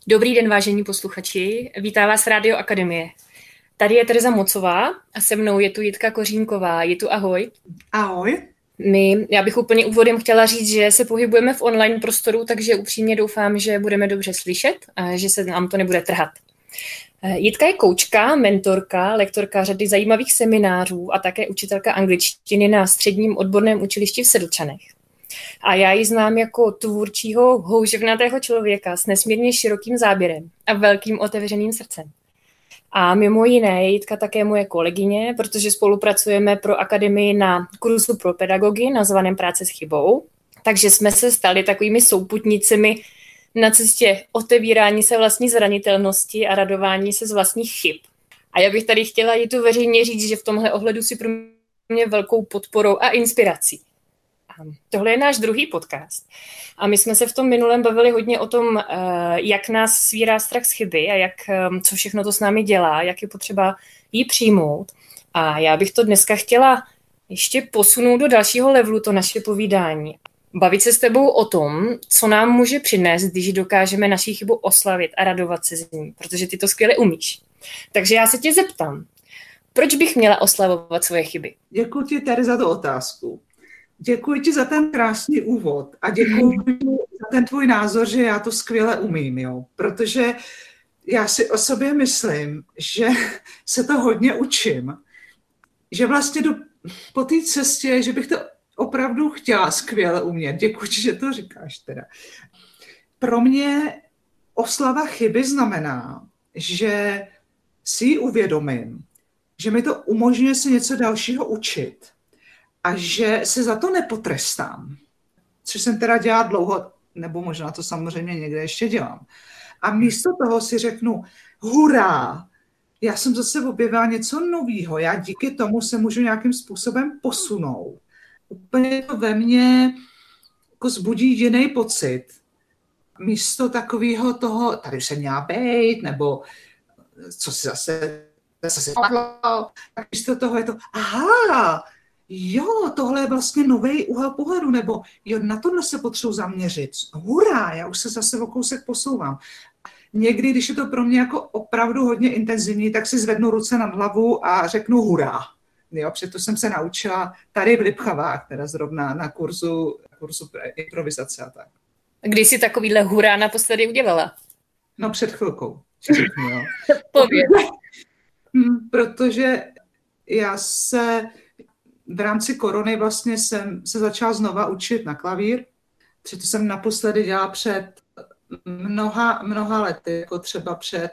Dobrý den, vážení posluchači, vítá vás Rádio Akademie. Tady je Tereza Mocová a se mnou je tu Jitka Kořínková. Jitu, ahoj. Ahoj. Já bych úplně úvodem chtěla říct, že se pohybujeme v online prostoru, takže upřímně doufám, že budeme dobře slyšet a že se nám to nebude trhat. Jitka je koučka, mentorka, lektorka řady zajímavých seminářů a také učitelka angličtiny na středním odborném učilišti v Sedlčanech. A já ji znám jako tvůrčího, houževnatého člověka s nesmírně širokým záběrem a velkým otevřeným srdcem. A mimo jiné je Jitka také moje kolegyně, protože spolupracujeme pro akademii na kurzu pro pedagogy nazvaném Práce s chybou. Takže jsme se stali takovými souputnicemi na cestě otevírání se vlastní zranitelnosti a radování se z vlastních chyb. A já bych tady chtěla Jitu veřejně říct, že v tomhle ohledu si pro mě velkou podporou a inspirací. Tohle je náš druhý podcast. A my jsme se v tom minulém bavili hodně o tom, jak nás svírá strach z chyby a co všechno to s námi dělá, jak je potřeba jí přijmout. A já bych to dneska chtěla ještě posunout do dalšího levelu, to naše povídání. Bavit se s tebou o tom, co nám může přinést, když dokážeme naši chybu oslavit a radovat se z ní, protože ty to skvěle umíš. Takže já se tě zeptám, proč bych měla oslavovat svoje chyby? Děkuji ti, Tereza, za tu otázku. Děkuji ti za ten krásný úvod a děkuji za ten tvůj názor, že já to skvěle umím, jo? Protože já si o sobě myslím, že se to hodně učím, že vlastně po té cestě, že bych to opravdu chtěla skvěle umět. Děkuji ti, že to říkáš teda. Pro mě oslava chyby znamená, že si ji uvědomím, že mi to umožňuje se něco dalšího učit a že se za to nepotrestám, což jsem teda dělala dlouho, nebo možná to samozřejmě někde ještě dělám. A místo toho si řeknu, hurá, já jsem zase objevila něco nového, já díky tomu se můžu nějakým způsobem posunout. Úplně to ve mně jako zbudí jiný pocit. Místo takového toho, tady jsem měla být, nebo co si zase padlo, tak místo toho je to, aha, jo, tohle je vlastně nový úhel pohledu, nebo jo, na tohle se potřebuji zaměřit. Hurá, já už se zase o kousek posouvám. Někdy, když je to pro mě jako opravdu hodně intenzivní, tak si zvednu ruce nad hlavu a řeknu hurá. Jo, protože jsem se naučila tady v Lipchavách, teda zrovna na kurzu improvizace a tak. Kdy jsi takovýhle hurá naposledy udělala? No před chvilkou, řeknu, jo. Pověď. Protože já se v rámci korony vlastně jsem se začala znova učit na klavír. To jsem naposledy dělala před mnoha lety, jako třeba před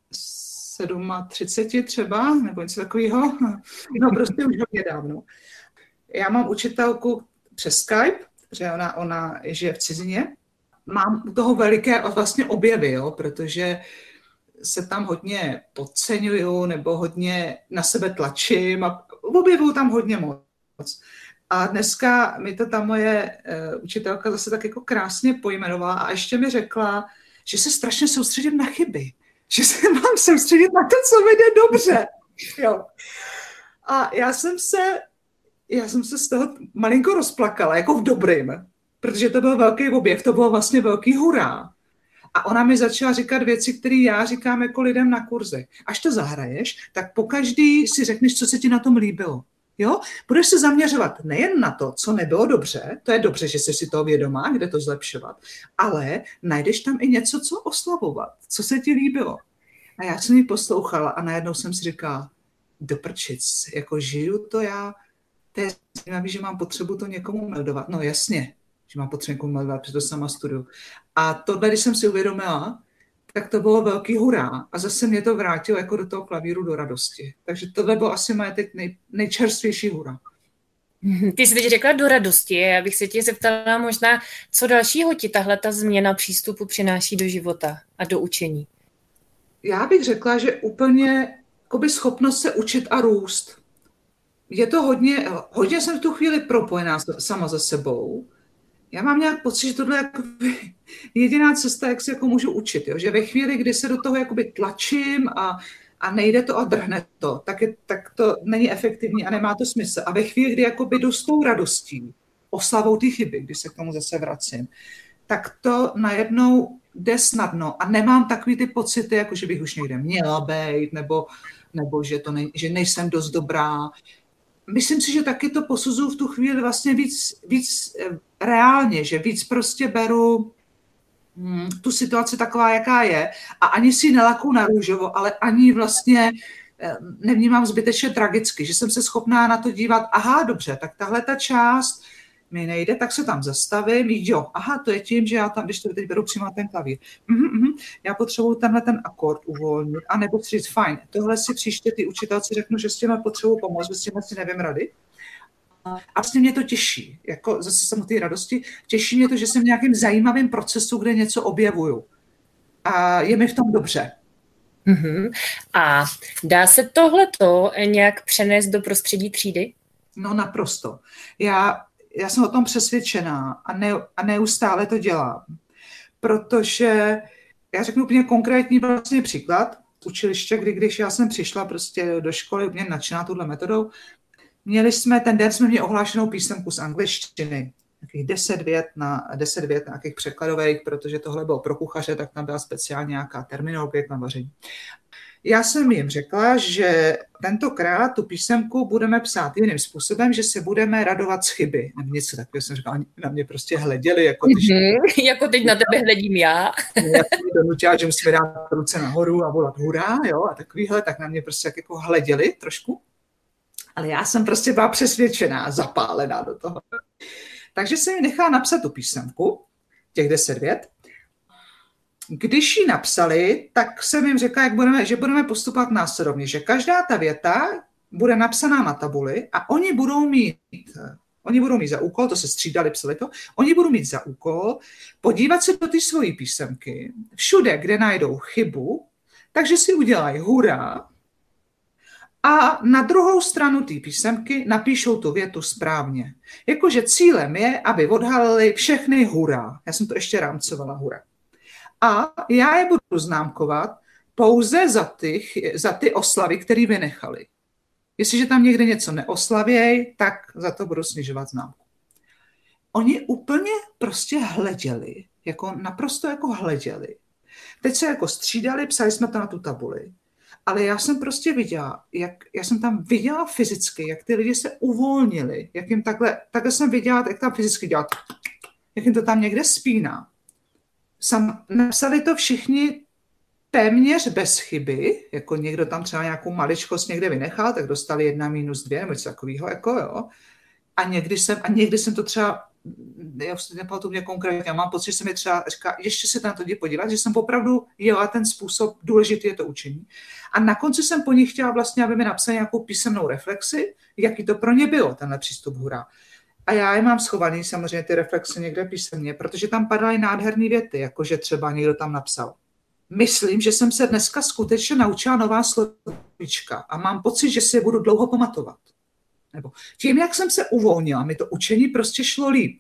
37 třeba, nebo něco takového. No prostě už hodně dávno. Já mám učitelku přes Skype, že ona žije v cizině. Mám u toho veliké vlastně objevy, jo, protože se tam hodně podceňuju nebo hodně na sebe tlačím a objevuju tam hodně moc. A dneska mi to ta moje učitelka zase tak jako krásně pojmenovala a ještě mi řekla, že se strašně soustředím na chyby. Že se mám soustředit na to, co mi jde dobře. Jo. A já jsem se z toho malinko rozplakala, jako v dobrým, protože to byl velký objev, to bylo vlastně velký hurá. A ona mi začala říkat věci, které já říkám jako lidem na kurze. Až to zahraješ, tak pokaždý si řekneš, co se ti na tom líbilo. Jo? Budeš se zaměřovat nejen na to, co nebylo dobře, to je dobře, že jsi si toho vědomá, kde to zlepšovat, ale najdeš tam i něco, co oslavovat, co se ti líbilo. A já jsem ji poslouchala a najednou jsem si říkala, do prčic, jako žiju to já, to je zajímavé, že mám potřebu to někomu meldovat. No jasně, že mám potřebu někomu meldovat, protože to sama studuju. A tohle, když jsem si uvědomila, tak to bylo velký hurá. A zase mě to vrátilo jako do toho klavíru do radosti. Takže tohle bylo asi moje teď nejčerstvější hurá. Ty jsi teď řekla do radosti. Já bych se tě zeptala možná, co dalšího ti tahle ta změna přístupu přináší do života a do učení? Já bych řekla, že úplně jakoby schopnost se učit a růst. Je to hodně jsem v tu chvíli propojená sama za sebou. Já mám nějak pocit, že tohle je jediná cesta, jak se jako můžu učit. Jo? Že ve chvíli, kdy se do toho jakoby tlačím a nejde to a drhne to, tak to není efektivní a nemá to smysl. A ve chvíli, kdy jakoby jdu s tou radostí, oslavou ty chyby, když se k tomu zase vracím, tak to najednou jde snadno a nemám takový ty pocity, jako že bych už někde měla být, nebo že nejsem dost dobrá. Myslím si, že taky to posuzuju v tu chvíli vlastně víc reálně, že víc prostě beru tu situaci taková, jaká je a ani si nelakou na růžovo, ale ani vlastně nevnímám zbytečně tragicky, že jsem se schopná na to dívat, aha, dobře, tak tahle ta část mi nejde, tak se tam zastavím, jo, aha, to je tím, že já tam, když to teď beru přímo ten klavír, já potřebuju tenhle ten akord uvolnit, anebo si říct, fajn, tohle si příště ty učitelci řeknu, že s těma potřebuji pomoct, s těma si nevím rady. A vlastně mě to těší, jako zase jsem o té radosti, těší mě to, že jsem v nějakém zajímavém procesu, kde něco objevuju. A je mi v tom dobře. A dá se tohleto nějak přenést do prostředí třídy? No naprosto. Já jsem o tom přesvědčená a neustále to dělám. Protože já řeknu úplně konkrétní vlastně příklad. Učiliště, když já jsem přišla prostě do školy úplně nadšená touhle metodou, ten den jsme měli ohlášenou písemku z angličtiny. Nějakých 10 vět na nějakých překladových, protože tohle bylo pro kuchaře, tak tam byla speciálně nějaká terminologie na vaření. Já jsem jim řekla, že tentokrát tu písemku budeme psát jiným způsobem, že se budeme radovat z chyby. Nebo něco takového jsem řekla, oni na mě prostě hleděli. Jako teď na tebe hledím já. Já jsem donutila, že musíme dát ruce nahoru a volat hurá, jo, a takovýhle, tak na mě prostě jako hleděli trošku. Ale já jsem prostě byla přesvědčená, zapálená do toho. Takže jsem jim nechala napsat tu písemku, těch 10 vět. Když ji napsali, tak jsem jim řekla, že budeme postupovat následovně, že každá ta věta bude napsaná na tabuli a oni budou mít za úkol, to se střídali, psali to, oni budou mít za úkol podívat se do té svojí písemky, všude, kde najdou chybu, takže si udělají hurá a na druhou stranu té písemky napíšou tu větu správně. Jakože cílem je, aby odhalili všechny hurá. Já jsem to ještě rámcovala hurá. A já je budu známkovat pouze za ty oslavy, které vynechali. Jestliže tam někde něco neoslavějí, tak za to budu snižovat známku. Oni úplně prostě hleděli, naprosto hleděli. Teď se střídali, psali jsme to na tu tabuli. Ale já jsem prostě viděla, já jsem tam viděla fyzicky, jak ty lidi se uvolnili, jak jim takhle jsem viděla, jak tam fyzicky dělat, jak jim to tam někde spíná. Napsali to všichni téměř bez chyby, jako někdo tam třeba nějakou maličkost někde vynechal, tak dostali 1 - 2 nebo něco takového, jo. A někdy jsem to třeba, já už nepamatuju mě konkrétně, mám pocit, že jsem mi třeba říká, ještě se na to jde podívat, že jsem opravdu jela ten způsob, důležitý je to učení. A na konci jsem po nich chtěla vlastně, aby mi napsali nějakou písemnou reflexi, jaký to pro ně bylo, tenhle přístup hurá. A já je mám schovaný samozřejmě ty reflexe někde písemně, protože tam padaly nádherné věty, jakože třeba někdo tam napsal. Myslím, že jsem se dneska skutečně naučila nová slovíčka a mám pocit, že si je budu dlouho pamatovat. Nebo tím, jak jsem se uvolnila, mi to učení prostě šlo líp.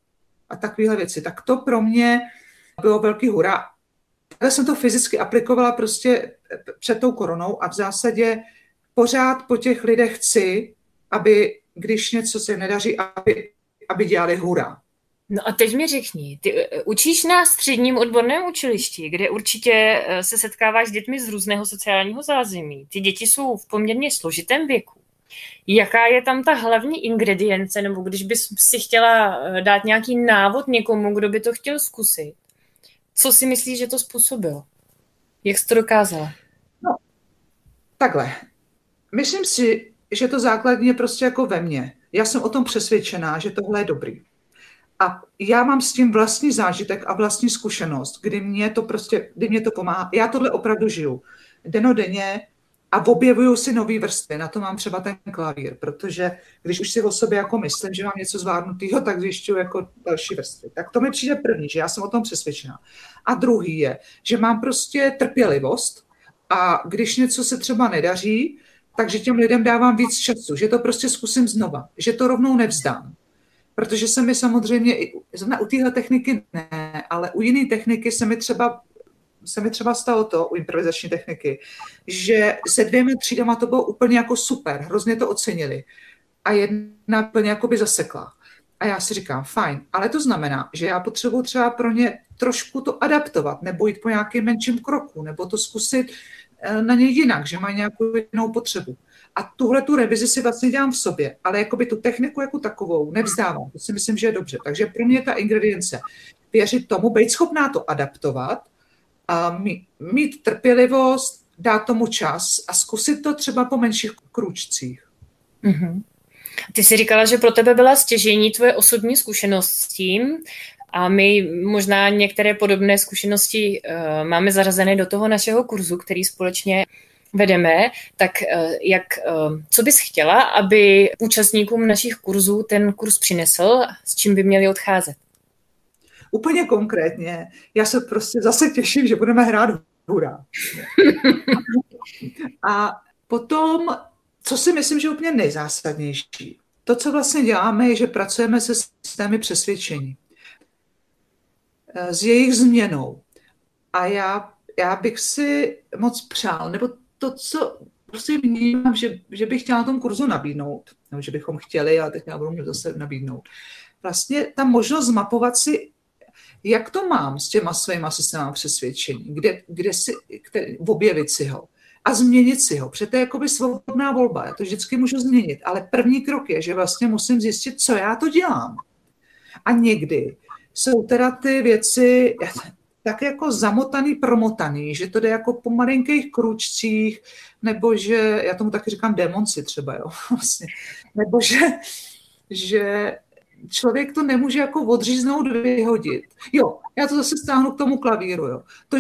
A takovéhle věci. Tak to pro mě bylo velký hurá. Takhle jsem to fyzicky aplikovala prostě před tou koronou a v zásadě pořád po těch lidech chci, aby když něco se nedaří, aby dělali hurá. No a teď mi řekni, ty učíš na středním odborném učilišti, kde určitě se setkáváš s dětmi z různého sociálního zázemí. Ty děti jsou v poměrně složitém věku. Jaká je tam ta hlavní ingredience, nebo když bys si chtěla dát nějaký návod někomu, kdo by to chtěl zkusit? Co si myslíš, že to způsobilo? Jak jsi to dokázala? No, takhle. Myslím si, že to základní je prostě jako ve mně. Já jsem o tom přesvědčená, že tohle je dobrý. A já mám s tím vlastní zážitek a vlastní zkušenost, kdy mě to pomáhá. Já tohle opravdu žiju dennodenně a objevuju si nový vrstvy. Na to mám třeba ten klavír, protože když už si o sobě jako myslím, že mám něco zvládnutého, tak zjišťuju jako další vrstvy. Tak to mi přijde první, že já jsem o tom přesvědčená. A druhý je, že mám prostě trpělivost a když něco se třeba nedaří, takže těm lidem dávám víc času, že to prostě zkusím znova, že to rovnou nevzdám. Protože se mi samozřejmě, u téhle techniky ne, ale u jiné techniky se mi třeba stalo to, u improvizační techniky, že se 2 třídama to bylo úplně jako super, hrozně to ocenili. A jedna úplně jako by zasekla. A já si říkám, fajn, ale to znamená, že já potřebuji třeba pro ně trošku to adaptovat, nebo jít po nějakém menším kroku, nebo to zkusit na ně jinak, že mají nějakou jinou potřebu. A tuhle tu revizi si vlastně dělám v sobě, ale jakoby tu techniku jako takovou nevzdávám. To si myslím, že je dobře. Takže pro mě ta ingredience, věřit tomu, být schopná to adaptovat, a mít trpělivost, dát tomu čas a zkusit to třeba po menších krůčcích. Mm-hmm. Ty jsi říkala, že pro tebe byla stěžejní tvoje osobní zkušenost s tím a my možná některé podobné zkušenosti máme zařazené do toho našeho kurzu, který společně vedeme, tak co bys chtěla, aby účastníkům našich kurzů ten kurz přinesl, s čím by měli odcházet? Úplně konkrétně, já se prostě zase těším, že budeme hrát hurá. A potom, co si myslím, že je úplně nejzásadnější, to, co vlastně děláme, je, že pracujeme se systémy přesvědčení. S jejich změnou. A já bych si moc přál, nebo to, co prostě vnímám, že bych chtěla na tom kurzu nabídnout, nebo že bychom chtěli, ale teď já budu zase nabídnout. Vlastně ta možnost zmapovat si, jak to mám s těma svýma systémama přesvědčení, objevit si ho a změnit si ho. Protože to je jakoby svobodná volba, já to vždycky můžu změnit, ale první krok je, že vlastně musím zjistit, co já to dělám. A někdy jsou teda ty věci tak jako zamotaný, promotaný, že to jde jako po malinkých kručcích, nebo že, já tomu taky říkám démonci třeba, jo, vlastně, nebo že člověk to nemůže jako odříznout, vyhodit. Jo, já to zase stáhnu k tomu klavíru, jo. To,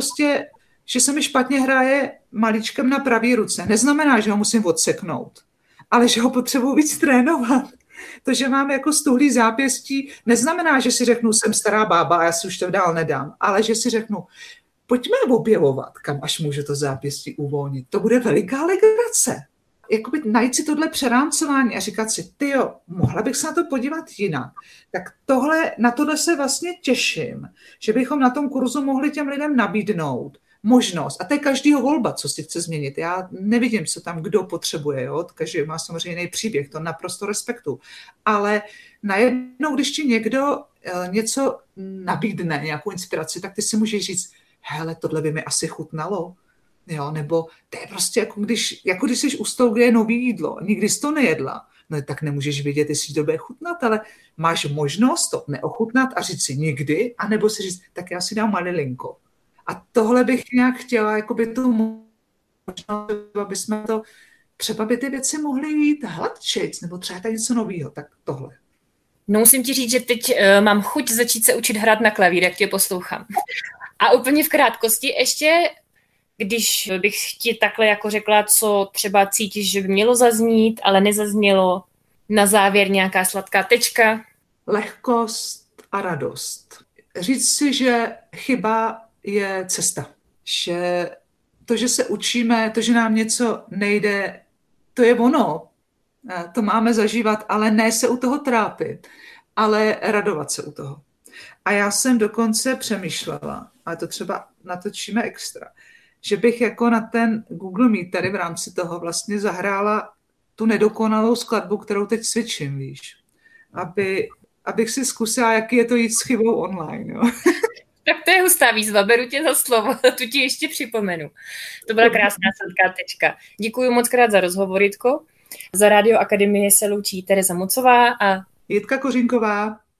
že se mi špatně hraje malíčkem na pravý ruce, neznamená, že ho musím odseknout, ale že ho potřebuji víc trénovat. To, že mám jako stuhlý zápěstí, neznamená, že si řeknu, jsem stará bába a já si už to dál nedám, ale že si řeknu, pojďme objevovat, kam až můžu to zápěstí uvolnit. To bude veliká legrace. Jakoby najít si tohle přerámcování a říkat si, tyjo, mohla bych se na to podívat jinak. Tak na tohle se vlastně těším, že bychom na tom kurzu mohli těm lidem nabídnout možnost. A to je každýho volba, co si chce změnit. Já nevidím, co tam kdo potřebuje. Jo? Každý má samozřejmě jiný příběh, to naprosto respektuju. Ale najednou, když ti někdo něco nabídne, nějakou inspiraci, tak ty si můžeš říct, hele, tohle by mi asi chutnalo. Jo? Nebo to je prostě jako když jsi u stolu, kde je nový jídlo, nikdy jsi to nejedla, no tak nemůžeš vědět, jestli to bude chutnat, ale máš možnost to neochutnat a říct si nikdy, anebo si říct, tak já si dám malilinko. A tohle bych nějak chtěla, jako by tu možnost, aby jsme to, třeba by ty věci mohly jít hladčejc, nebo třeba tady něco nového, tak tohle. No musím ti říct, že teď mám chuť začít se učit hrát na klavír, jak tě poslouchám. A úplně v krátkosti ještě, když bych ti takhle jako řekla, co třeba cítíš, že by mělo zaznít, ale nezaznělo, na závěr nějaká sladká tečka. Lehkost a radost. Říct si, že chyba je cesta. Že to, že se učíme, to, že nám něco nejde, to je ono. To máme zažívat, ale ne se u toho trápit, ale radovat se u toho. A já jsem dokonce přemýšlela, ale to třeba natočíme extra, že bych jako na ten Google Meet tady v rámci toho vlastně zahrála tu nedokonalou skladbu, kterou teď cvičím, víš. Abych si zkusila, jaký je to jít s chybou online. Jo. Tak to je hustá výzva, beru tě za slovo, tu ti ještě připomenu. To byla krásná sladká tečka. Děkuji moc krát za rozhovor, Jitko. Za Radio Akademie se loučí Tereza Mocová a Jitka Kořínková.